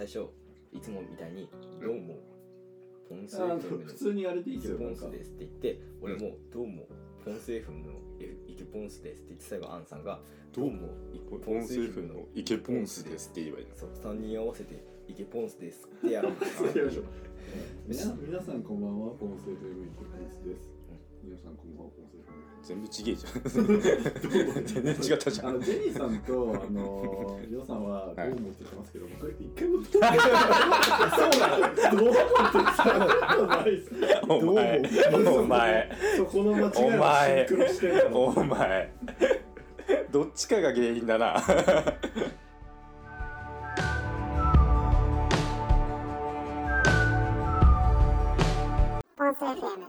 最初いつもみたいにどうもポンス FM の普通にあれでいいですよ。 ポンスですって言って、俺もどうもポンス FM のイケポンスですって言って最後アンさんがどうもポンス FM のイケポンスですって言えばいいの。 そう3人合わせてイケポンスですってやろう。 皆さんこんばんは、ポンス FM イケポンスです。皆さんこんばんは、ポンス FM。 全部ちげえじゃん。全然違ったじゃん。 ジェニーさんとリオさんはどう思って言ってますけど、これ一回もそうなの。どう思って言お前そこの間違いをシンクロしてるの。 お前どっちかが原因だな。 ポンス FM。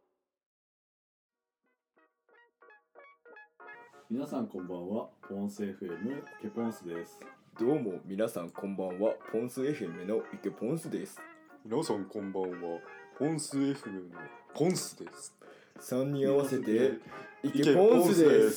皆さんこんばんは、ポンス FM ケポンスです。 どうも皆さんこんばんは、ポンス FM のイケポンスです。 皆さんこんばんは、ポンス FM のポンスです。 3人合わせてイケポンスです。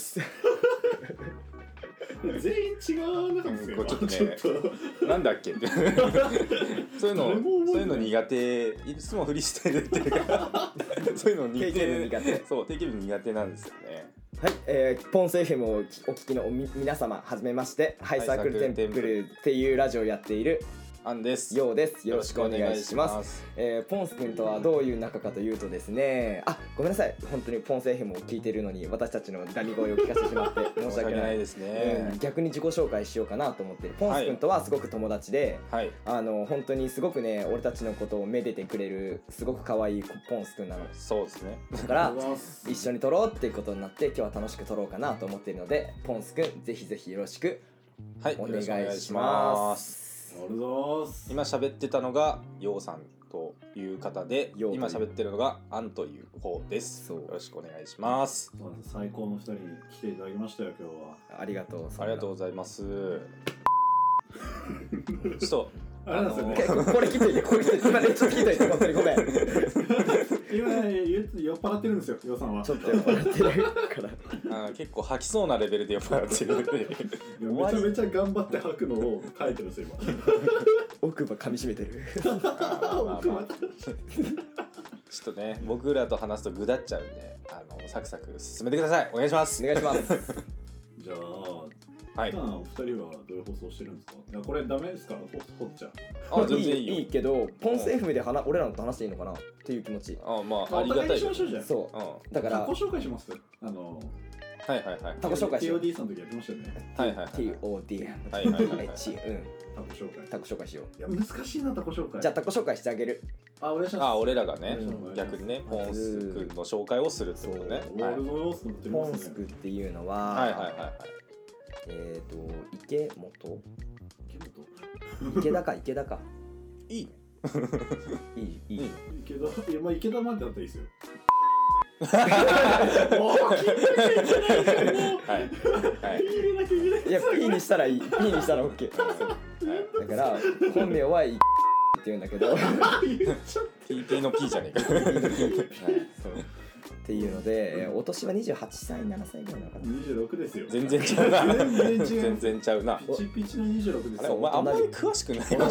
全員違わなかったですよ。 ちょっとね、なんだっけそういうの苦手、いつもフリースタイルやってるからそういうの苦手。そう定型文苦手なんですよね。 はい、ポンス FM をお聞きの皆様はじめまして、ハイサークルテンプルっていうラジオをやっているアンです。 ようです。よろしくお願いします。ポンス君とはどういう仲かというとですね、ごめんなさい、本当にポンス FM を聞いているのに私たちのダミ声を聞かせてしまって申し訳ないですね。 逆に自己紹介しようかなと思ってる。ポンス君とはすごく友達で、はい、本当にすごくね、俺たちのことをめでてくれるすごく可愛いポンス君なの。 そうですね。 だから一緒に撮ろうっていうことになって今日は楽しく撮ろうかなと思っているので、ポンス君ぜひぜひよろしくお願いします。 今喋ってたのがヨウさんという方で、今喋ってるのがアンという方です。よろしくお願いします。 最高の2人に来ていただきましたよ、今日は。 ありがとうございます。ちょっとこれ聞いといて、これ聞いといて、今ね、ちょっと聞いといて、本当にごめん。 今酔っ払ってるんですよ、ヨウさんは。 ちょっと酔っ払ってるから結構吐きそうなレベルで酔っ払ってる。 めちゃめちゃ頑張って吐くのを書いてるんですよ、今。 奥歯噛みしめてる。 ちょっとね、僕らと話すとぐだっちゃうんで、サクサク進めてください。お願いします。 お願いします。 じゃあはい、普段お二人はどういう放送してるんですか？いや、これダメですか？ほっちゃう。 全然いいけど、ポンス FM で俺らのと話していいのかなっていう気持ち。 まあありがたい。 そう。だからタコ紹介します。 はいはいはい。 タコ紹介しよう。 TOD さんの時やってましたよね。 はいはい。 TOD。 はいはいはい。 タコ紹介しよう。 いや、難しいな、タコ紹介。 じゃあタコ紹介してあげる。 俺らがね、逆にね、ポンス君の紹介をするってことね。 ポンス君っていうのは、 はいはいはいはい。 池田か。 いい池田までだったらいいですよ。 いや、P にしたらいい。P にしたら OK。だから本名はって言うんだけど、 TT の P じゃねえか。 っていうので、お年は28歳、7歳ぐらいなのかな。 26ですよ。 全然ちゃうな。全然ちゃうな。 ピチピチの26ですよ。 お前あんまり詳しくない。 違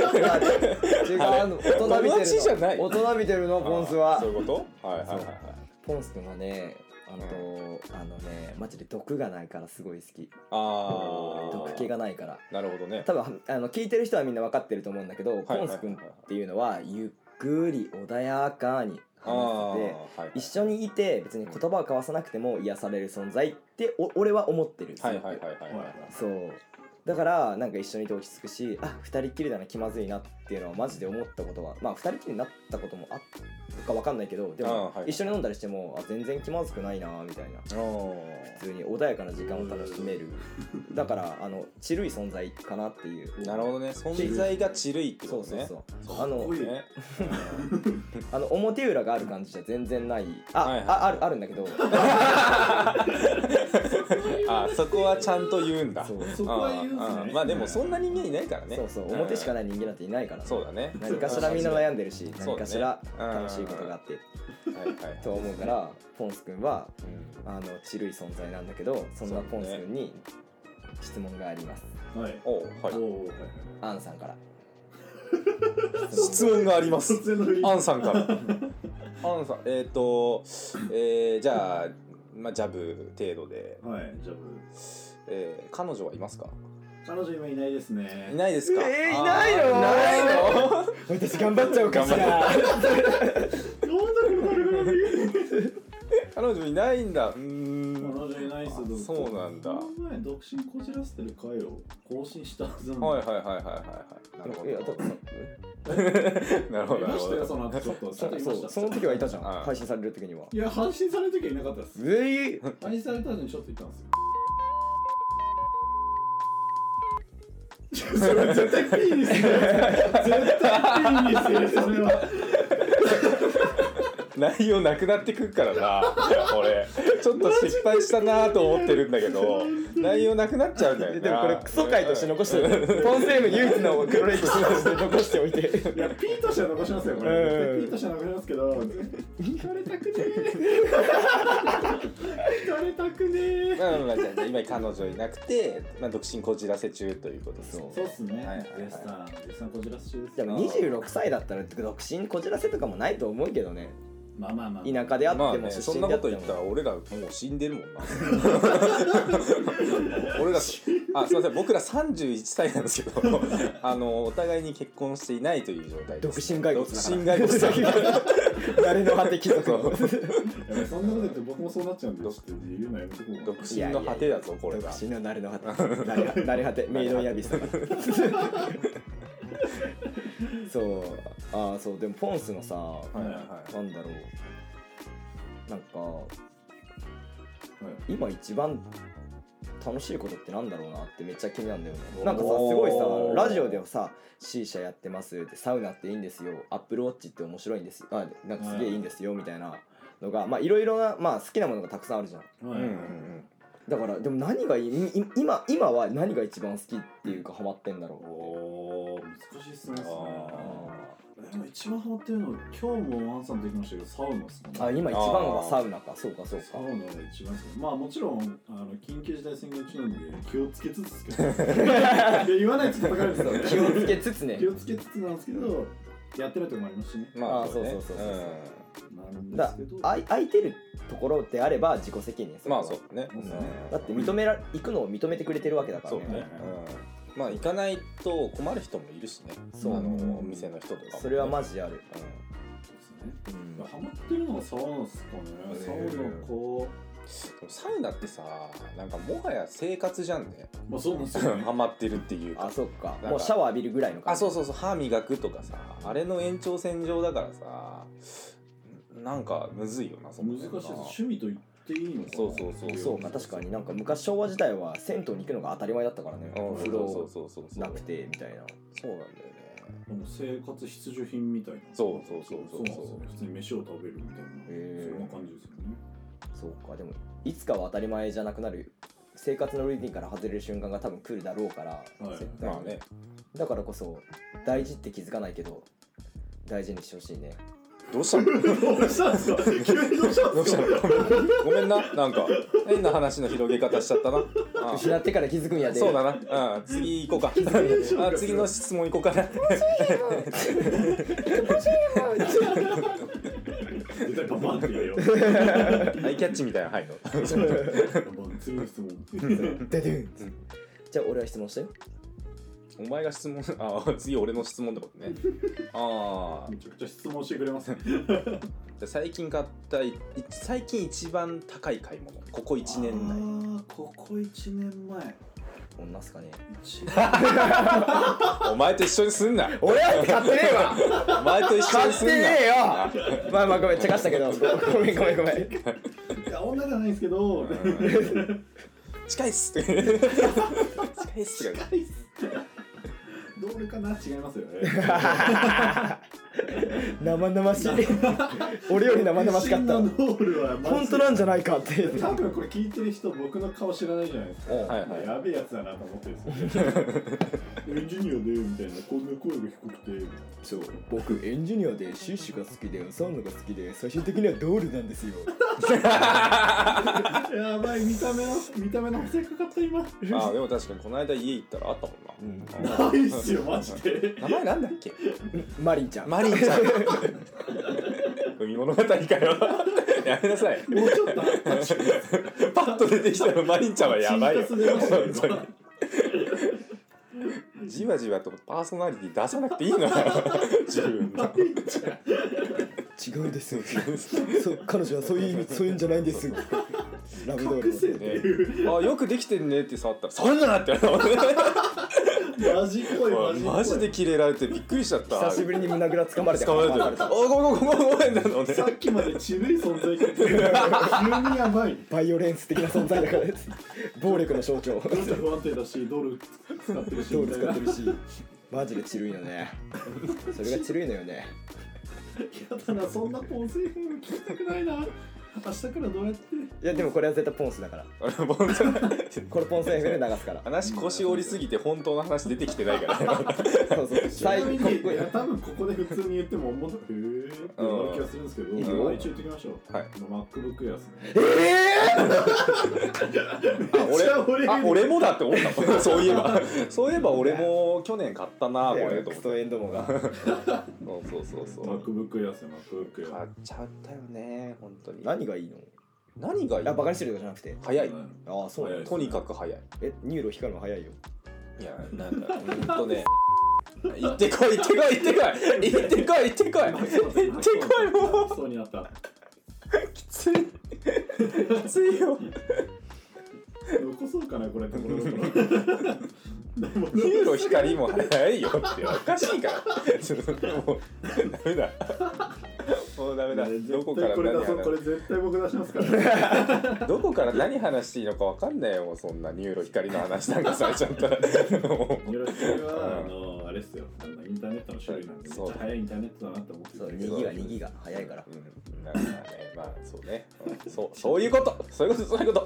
う、大人見てるの、ポンスは。 そういうこと？はいはいはい。 ポンス君はね、マジで毒がないからすごい好き。毒気がないから。 なるほどね。 多分聞いてる人はみんな分かってると思うんだけど、ポンス君っていうのはゆっくり穏やかに話せて、一緒にいて別に言葉を交わさなくても癒される存在って俺は思ってる。そう。だからなんか一緒にいて落ち着くし、二人っきりだな、気まずいなっていうのはマジで思ったことは、まあ二人きりになったこともあったか分かんないけど、でも一緒に飲んだりしても全然気まずくないなみたいな、普通に穏やかな時間を楽しめる。だからチルい存在かなっていう。 なるほどね、存在がチルいってことね。 そう表裏がある感じじゃ全然ない。あるんだけどそこはちゃんと言うんだ。 そこは言うんですね。 まあでもそんな人間いないからね。 そう表しかない人間なんていないからね。 そうだね。 何かしらみんな悩んでるし、何かしら楽しいことがあってと思うから、ポンス君はチルい存在なんだけど、そんなポンス君に質問があります。 はい。 アンさんから。 質問がありますアンさんからアンさんじゃあまあジャブ程度ではいジャブ彼女はいますか？ 彼女今いないですね。 いないですか？ いないの？私頑張っちゃおうかしら。 彼女いないんだ。 彼女いないっす。 そうなんだ。 この前独身こじらせてる回を更新したはずなの。 はいはいはいはいはい。なるほど。なるほど。 いましたよその後ちょっとその時はいたじゃん。配信される時には。 いや配信される時はいなかったです。配信された時にちょっといたんですよ。それ絶対ピーにする。絶対ピーにするそれは。 内容なくなってくっからな俺ちょっと失敗したなと思ってるんだけど内容なくなっちゃうんだよな。 でもこれクソ回として残してるポンセーム唯一の黒歴史として残しておいて。 いやピーとしては残しますよこれ。ピーとしては残しますけど聞かれたくね聞かれたくねまあじゃあ今彼女いなくて、まあ、独身こじらせ中ということです。 そうっすね。絶賛こじらせ中です。 でも26歳だったら独身こじらせとかもないと思うけどね。 まあ田舎であってもそんなこと言ったら俺らもう死んでるもんな俺らすいません僕ら31歳なんですけどお互いに結婚していないという状態です。 独身骸骨だから誰の果て貴族そんなこと言って僕もそうなっちゃうんで言うのやめとこう。 独身の果てだぞこれが。 独身の誰の果て誰果てメイドインアビスとかそうそうでもポンスのさ、なんだろうなんか、今一番楽しいことってなんだろうなってめっちゃ気になるんだよね。なんかさすごいさラジオではさ C 社やってますってサウナっていいんですよアップルウォッチって面白いんですよなんかすげえいいんですよみたいなのがまあいろいろなまあ好きなものがたくさんあるじゃん。だからでも何が今は何が一番好きっていうかハマってんだろう。 難しいっすね。でも一番ハマってるのは今日もワンさんできましたけどサウナっすね。 今一番はサウナか。そうかサウナが一番好き。まあもちろん緊急事態宣言中なんで気をつけつつですけど言わないと叩かれるんですけど気をつけつつね気をつけつつなんですけどやってるとこもありますしね。 まあそう空いてるところであれば自己責任です。 まあそうね。 だって行くのを認めてくれてるわけだからね。 まあ行かないと困る人もいるしね。そうお店の人とか。 それはマジある。 ハマってるのがサウナっすかね。 サウナってさなんかもはや生活じゃんね。 まあそうなんですよね。 ハマってるっていうか。 そっか。もうシャワー浴びるぐらいの感じ。 そう歯磨くとかさあれの延長線上だからさなんかむずいよな。 難しいです。趣味と言っていいのかな。 そうか確かになんか昔昭和時代は銭湯に行くのが当たり前だったからね。お風呂なくてみたいな。 そうなんだよね。 生活必需品みたいな。 そう普通に飯を食べるみたいなそんな感じですよね。 そうかでもいつかは当たり前じゃなくなる生活のルーティンから外れる瞬間が多分来るだろうから絶対に。だからこそ大事って気づかないけど大事にしてほしいね。 どうしたの？どうしたんですか？急にどうしたんですか？ごめんな、なんか変な話の広げ方しちゃったな。 失ってから気づくんやで。 そうだな。次行こうか。次の質問行こうかな。 絶対ババンって言えよ。 アイキャッチみたいな入るの。 次の質問。 ででん。じゃあ俺は質問してよ。 お前が質問次俺の質問ってことね。 めちゃくちゃ質問してくれますね。 じゃあ最近一番高い買い物ここ1年内。 ここ1年前女っすかね。 お前と一緒にすんな。 俺は買ってねえわ。 お前と一緒にすんな。 買ってねえよ。まあごめん茶化したけどごめん。いや女じゃないんですけど近いっす。近いっす。 ドールかな違いますよね。 生々しい。俺より生々しかった。 ドールは本当なんじゃないかって。 多分これ聞いてる人僕の顔知らないじゃないですか。やべえやつだなと思ってるんですよ。エンジニアでみたいなこんな声が低くて。 そう僕エンジニアでシュッシュが好きでサウナが好きで最終的にはドールなんですよ。 やばい、見た目の補正かかった今。 あ、でも確かにこの間家行ったらあったもんな。 ないっすよマジで。 名前なんだっけ？ マリンちゃん。 マリンちゃん。海物語かよ。やめなさい。 もうちょっとパッと出てきたのマリンちゃんはやばいよ。 チータス出ましたよ本当にじわじわとパーソナリティ出さなくていいのよ。自分の。 違うんです。そう、彼女はそういうんじゃないんです。ラブドール隠せっていう。 あ、よくできてんねって触ったらそんななってマジっぽいマジっぽい。 マジでキレられてびっくりしちゃった。 久しぶりに胸ぐらつかまれて捕まえてる。あ、ごめんなのね。 さっきまでちるい存在って急にやばい。 バイオレンス的な存在だからです。暴力の象徴。 不安定だし、ドル使ってるし、 ドール使ってるし、マジでチルいのね。それがチルいのよね。 やだな、そんなポンセーフ聞きたくないな。明日からどうやって。 いやでもこれは絶対ポンスだから。 ボンさんこれポンス FM で流すから。 話腰折りすぎて本当の話出てきてないからね。 そうそう。 ちなみに、いや多分ここで普通に言っても思う。へーって言われる気がするんですけど、 いいよまあ一応言ってきましょう。 はい。 MacBook Air ですね。 俺もだって思ったもん。そういえば俺も去年買ったなこれと思って。 クソエンドモが。 そう。 MacBook Air ですよ、MacBook Air。 買っちゃったよね本当に。 何がいいの？ 何がいい？ バカにしてるとかじゃなくて。 早い。 ああそうなんだ。 とにかく早い。 ニューロ光るの早いよ。 いやなんかほんとね。行ってこいもう。 そうになった。 きついよ。 残そうかなこれ。 ニューロ光も早いよっておかしいからもうダメだどこからこれ絶対僕出しますからね。 どこから何話していいのか分かんないよもうそんなニューロ光の話なんかされちゃったらニューロ光はあれっすよ、インターネットの種類なんでめっちゃ早いインターネットだなって思ってそう2ギガ早いから。 なんかねまあそうねそういうことそういうことそういうこと。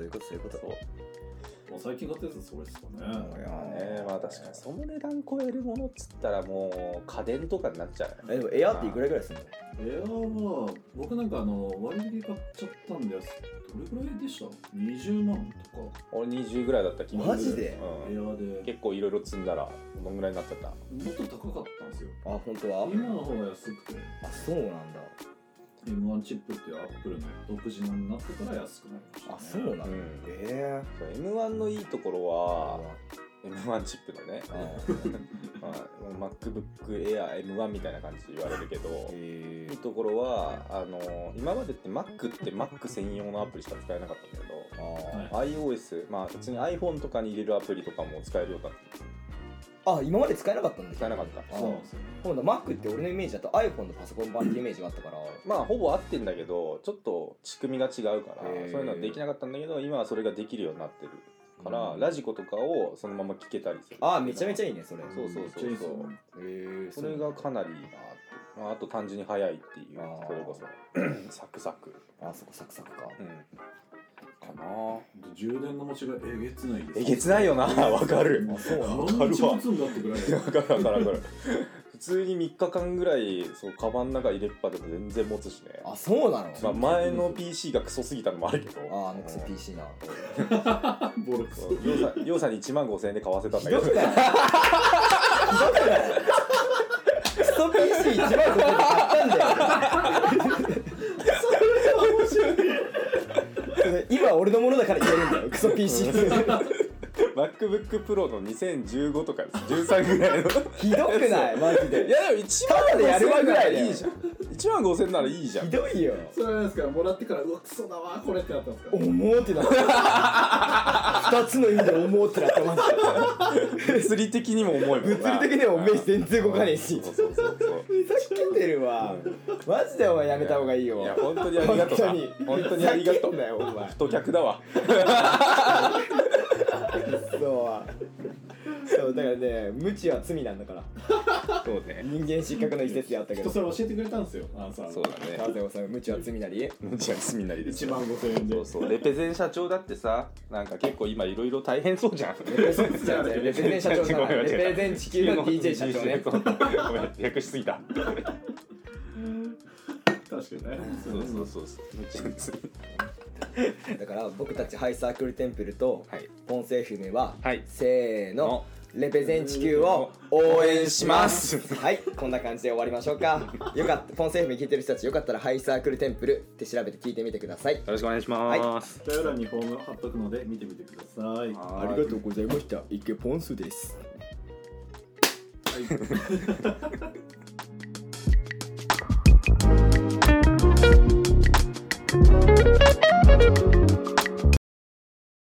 もう最近買ったやつそれっすかね。 まあ確かにその値段超えるものっつったらもう家電とかになっちゃう。 でもエアっていくらぐらいするの？ エアは僕なんか割引買っちゃったんです。どれぐらいでした？20万とか。 俺20ぐらいだった気がする。 マジで？ エアで結構いろいろ積んだらどんぐらいになっちゃった？ もっと高かったんですよ。 あ本当は？ 今の方が安くて。 あそうなんだ。 M1 チップっていうアップルの独自のになってから安くなりましたね。 あそうなんだ。 M1 のいいところは M1 チップのねまあ、MacBook Air M1 みたいな感じで言われるけどいいところは今までって Mac って Mac 専用のアプリしか使えなかったんだけど、iOS まあ普通に iPhone とかに入れるアプリとかも使えるようになって。 今まで使えなかったんだ。 使えなかった。 そうなんですよね。 今度 Mac って俺のイメージだと iPhone のパソコン版ってイメージがあったからまあほぼ合ってんだけどちょっと仕組みが違うからそういうのはできなかったんだけど今はそれができるようになってるから、ラジコとかをそのまま聞けたりする。 めちゃめちゃいいねそれ。 そうそれがかなりいいなって。あと単純に早いっていうそれこそサクサク。 そこサクサクか。 かな。 充電の持ちがえげつないです。 えげつないよな。わかる。 そうわかるわ。わかる。 普通に3日間ぐらいカバンの中入れっぱでも全然持つしね。 そうなの？ まあ前の PC がクソすぎたのもあるけど。 クソ PC な。 ボロクソ。 りょうさんに15,000円で買わせたんだけど。 ひどくない？クソ PC 1万5,000円で買ったんだよ。 面白い。 今俺のものだから言えるんだよクソ PC。 MacBook Pro の2015とか13ぐらいのひどくないマジで。 いやでも1万でやるわぐらいいいじゃん。1万5,000ならいいじゃん。 ひどいよ。 それはなんですかもらってからうわクソだわこれってなったんですか。 重ってなった。2つの意味で重ってなってました。 物理的にも重いもんな。 物理的にも目全然動かねえし。 そうふざけてるわ。マジでお前やめた方がいいよ。 いや本当にありがとう。本当にありがとう。太客だわ。そうだからね無知は罪なんだから。 そうね。 人間失格の一節であったけど。 それ教えてくれたんですよ。 そうだね。 川瀬さん無知は罪なり。 無知は罪なりです。 15,000円で。 そうレペゼン社長だってさなんか結構今いろいろ大変そうじゃん。 レペゼン社長じゃない。レペゼン地球の DJ 社長ね。 ごめん略しすぎた。 確かにね。 そう。無知は罪。 だから僕たちハイサークルテンプルとポンセ FM は、 はい、 せーのレペゼン地球を応援しますはい、こんな感じで終わりましょうか。よかったポンセ FM 聞いてる人たちよかったらハイサークルテンプルって調べて聞いてみてください。よろしくお願いします。 概要欄にフォーム貼っとくので見てみてください。 ありがとうございました。イケポンスです。 はい